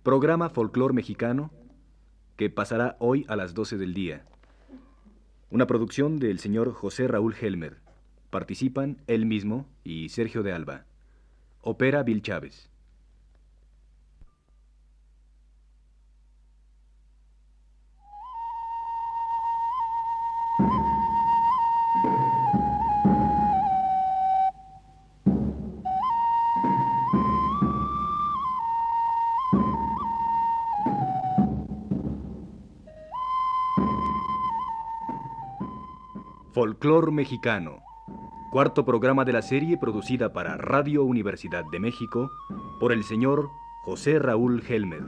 Programa Folclor Mexicano que pasará hoy a las 12 del día. Una producción del señor José Raúl Helmer. Participan él mismo y Sergio de Alba. Opera Bill Chávez. Folclor Mexicano. Cuarto programa de la serie producida para Radio Universidad de México por el señor José Raúl Helmer.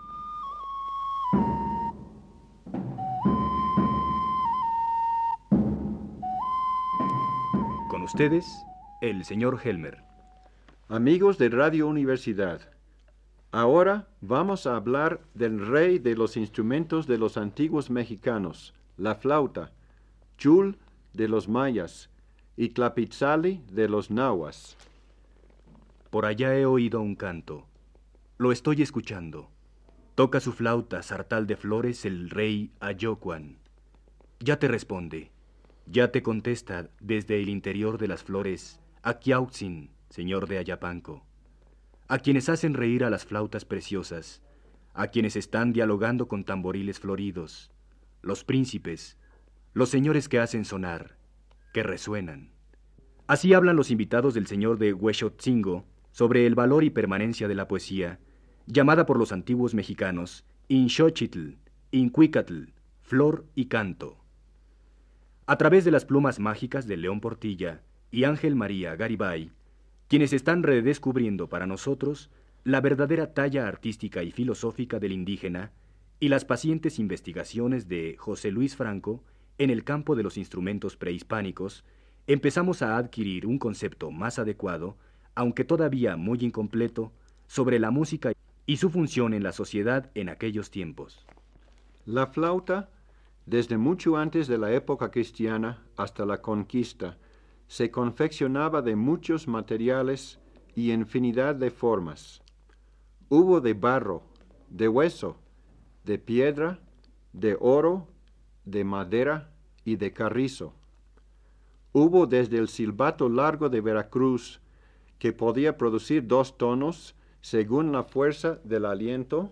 Con ustedes, el señor Helmer. Amigos de Radio Universidad, ahora vamos a hablar del rey de los instrumentos de los antiguos mexicanos, la flauta, chul de los mayas y tlapitzali de los nahuas. Por allá he oído un canto. Lo estoy escuchando. Toca su flauta, sartal de flores, el rey Ayocuan. Ya te responde. Ya te contesta desde el interior de las flores Aquiautzin, señor de Ayapanco. A quienes hacen reír a las flautas preciosas, a quienes están dialogando con tamboriles floridos, los príncipes, los señores que hacen sonar, que resuenan. Así hablan los invitados del señor de Huexotzingo sobre el valor y permanencia de la poesía, llamada por los antiguos mexicanos Inxochitl, Incuicatl, flor y canto. A través de las plumas mágicas de León Portilla y Ángel María Garibay, quienes están redescubriendo para nosotros la verdadera talla artística y filosófica del indígena y las pacientes investigaciones de José Luis Franco en el campo de los instrumentos prehispánicos, empezamos a adquirir un concepto más adecuado, aunque todavía muy incompleto, sobre la música y su función en la sociedad en aquellos tiempos. La flauta, desde mucho antes de la época cristiana hasta la conquista, se confeccionaba de muchos materiales y infinidad de formas. Hubo de barro, de hueso, de piedra, de oro, de madera y de carrizo. Hubo desde el silbato largo de Veracruz, que podía producir 2 tonos según la fuerza del aliento,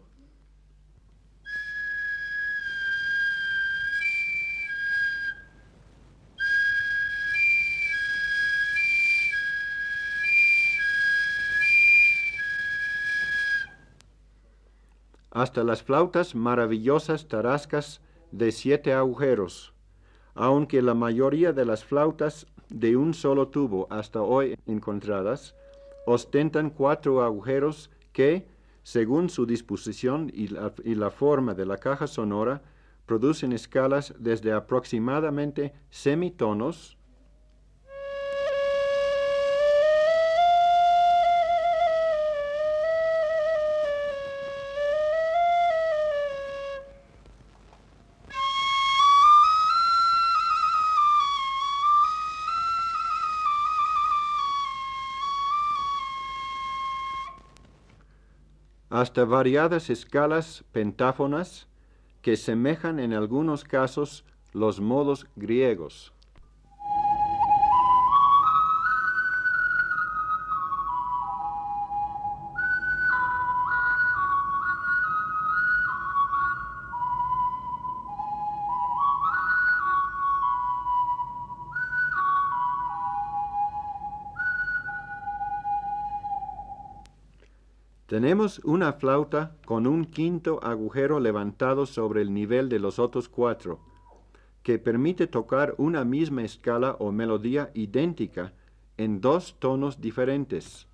hasta las flautas maravillosas tarascas de 7 agujeros, aunque la mayoría de las flautas de un solo tubo hasta hoy encontradas ostentan 4 agujeros que, según su disposición y la forma de la caja sonora, producen escalas desde aproximadamente semitonos hasta variadas escalas pentáfonas que semejan en algunos casos los modos griegos. Tenemos una flauta con un 5º agujero levantado sobre el nivel de los otros 4, que permite tocar una misma escala o melodía idéntica en 2 tonos diferentes.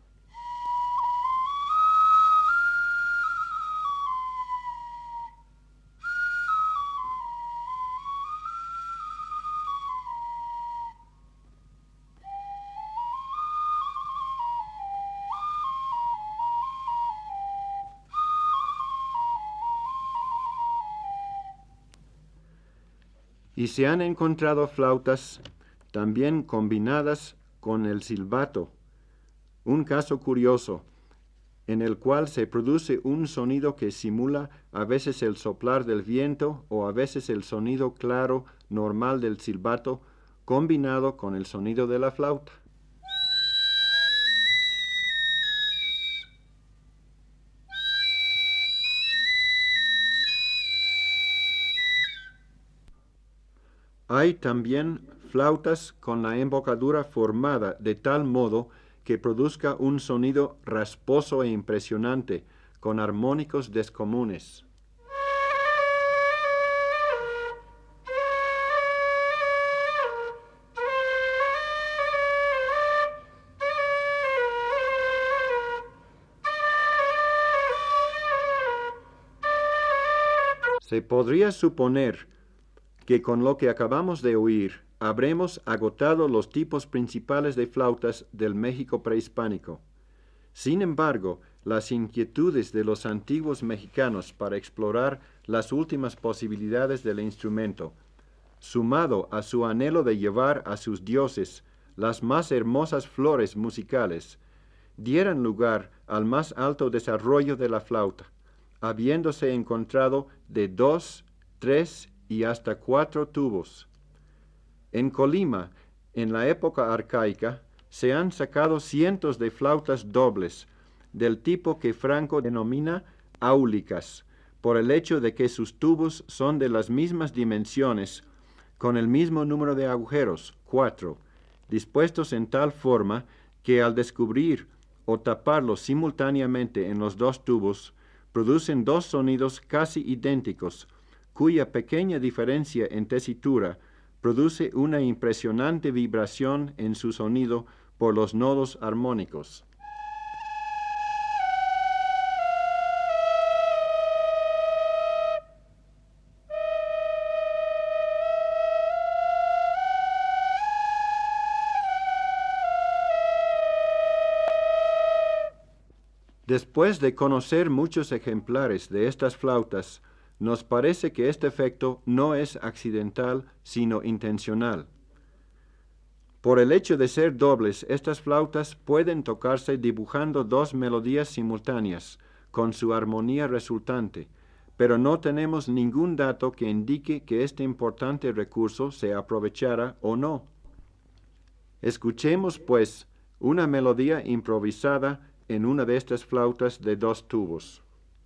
Y se han encontrado flautas también combinadas con el silbato. Un caso curioso, en el cual se produce un sonido que simula a veces el soplar del viento o a veces el sonido claro normal del silbato combinado con el sonido de la flauta. Hay también flautas con la embocadura formada de tal modo que produzca un sonido rasposo e impresionante, con armónicos descomunes. Se podría suponer que con lo que acabamos de oír habremos agotado los tipos principales de flautas del México prehispánico. Sin embargo, las inquietudes de los antiguos mexicanos para explorar las últimas posibilidades del instrumento, sumado a su anhelo de llevar a sus dioses las más hermosas flores musicales, dieran lugar al más alto desarrollo de la flauta, habiéndose encontrado de 2, 3 y hasta 4 tubos. En Colima, en la época arcaica, se han sacado cientos de flautas dobles, del tipo que Franco denomina áulicas, por el hecho de que sus tubos son de las mismas dimensiones, con el mismo número de agujeros, 4, dispuestos en tal forma que al descubrir o taparlos simultáneamente en los dos tubos, producen dos sonidos casi idénticos, cuya pequeña diferencia en tesitura produce una impresionante vibración en su sonido por los nodos armónicos. Después de conocer muchos ejemplares de estas flautas, nos parece que este efecto no es accidental, sino intencional. Por el hecho de ser dobles, estas flautas pueden tocarse dibujando dos melodías simultáneas, con su armonía resultante, pero no tenemos ningún dato que indique que este importante recurso se aprovechara o no. Escuchemos, pues, una melodía improvisada en una de estas flautas de dos tubos.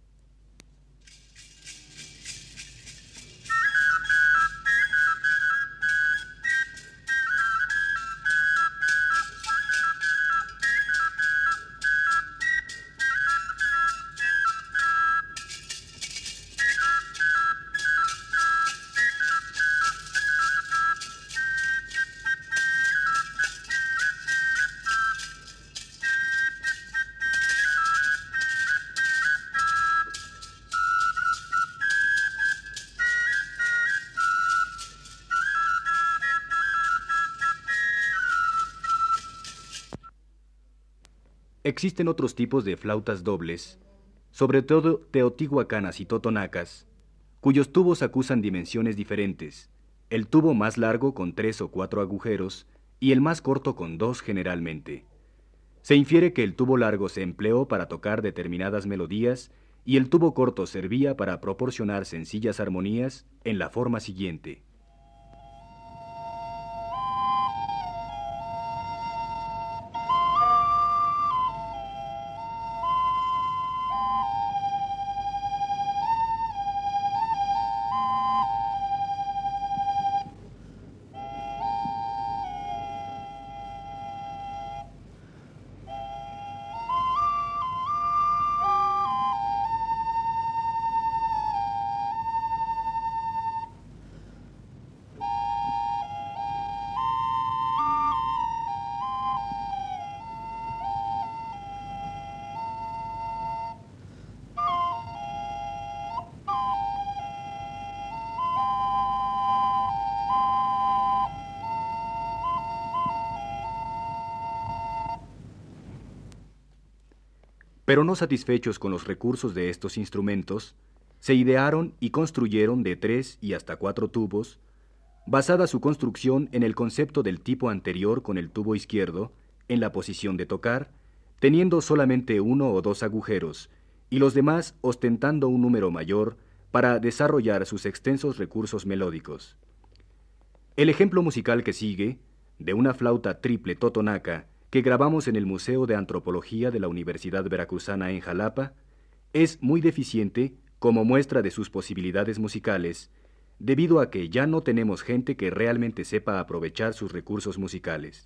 Existen otros tipos de flautas dobles, sobre todo teotihuacanas y totonacas, cuyos tubos acusan dimensiones diferentes, el tubo más largo con 3 o 4 agujeros y el más corto con 2 generalmente. Se infiere que el tubo largo se empleó para tocar determinadas melodías y el tubo corto servía para proporcionar sencillas armonías en la forma siguiente. Pero no satisfechos con los recursos de estos instrumentos, se idearon y construyeron de 3 y hasta 4 tubos, basada su construcción en el concepto del tipo anterior con el tubo izquierdo, en la posición de tocar, teniendo solamente 1 o 2 agujeros, y los demás ostentando un número mayor para desarrollar sus extensos recursos melódicos. El ejemplo musical que sigue, de una flauta triple totonaca que grabamos en el Museo de Antropología de la Universidad Veracruzana en Jalapa, es muy deficiente como muestra de sus posibilidades musicales, debido a que ya no tenemos gente que realmente sepa aprovechar sus recursos musicales.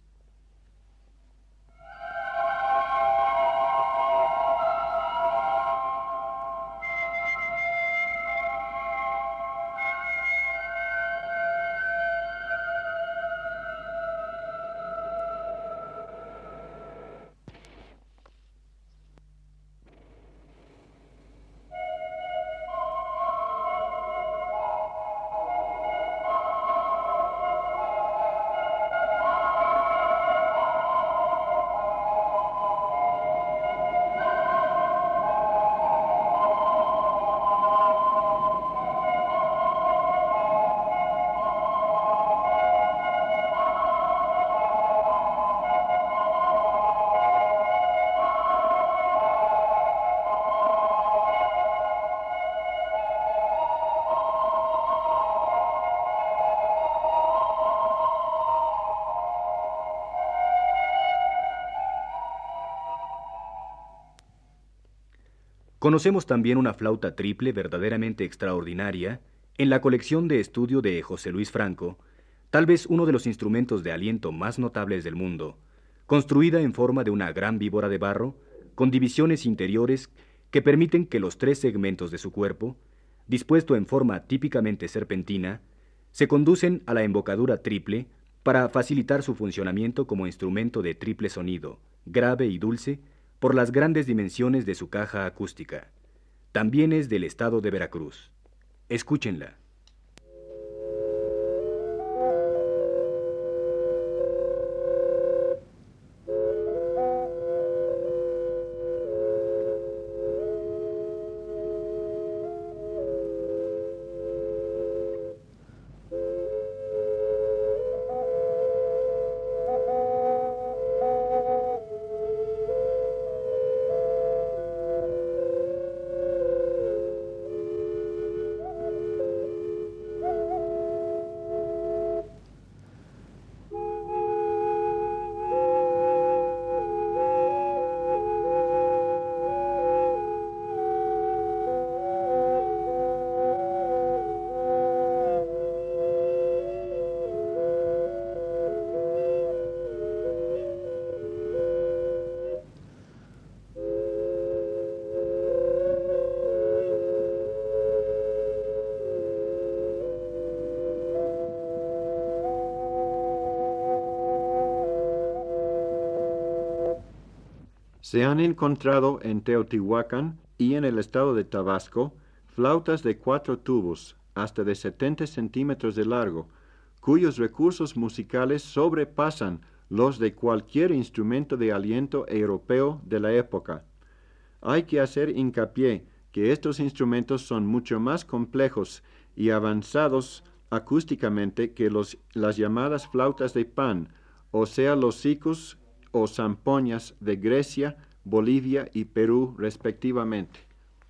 Conocemos también una flauta triple verdaderamente extraordinaria en la colección de estudio de José Luis Franco, tal vez uno de los instrumentos de aliento más notables del mundo, construida en forma de una gran víbora de barro, con divisiones interiores que permiten que los 3 segmentos de su cuerpo, dispuesto en forma típicamente serpentina, se conducen a la embocadura triple para facilitar su funcionamiento como instrumento de triple sonido, grave y dulce, por las grandes dimensiones de su caja acústica. También es del estado de Veracruz. Escúchenla. Se han encontrado en Teotihuacán y en el estado de Tabasco flautas de 4 tubos, hasta de 70 centímetros de largo, cuyos recursos musicales sobrepasan los de cualquier instrumento de aliento europeo de la época. Hay que hacer hincapié que estos instrumentos son mucho más complejos y avanzados acústicamente que las llamadas flautas de pan, o sea, los sikus o zampoñas de Grecia, Bolivia y Perú respectivamente.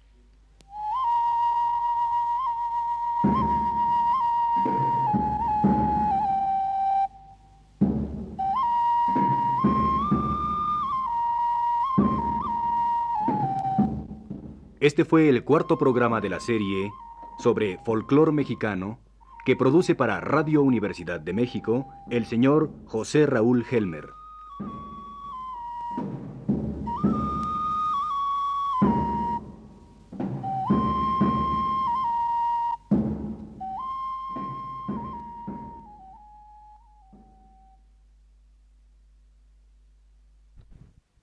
Este fue el 4º programa de la serie sobre folclor mexicano que produce para Radio Universidad de México el señor José Raúl Helmer.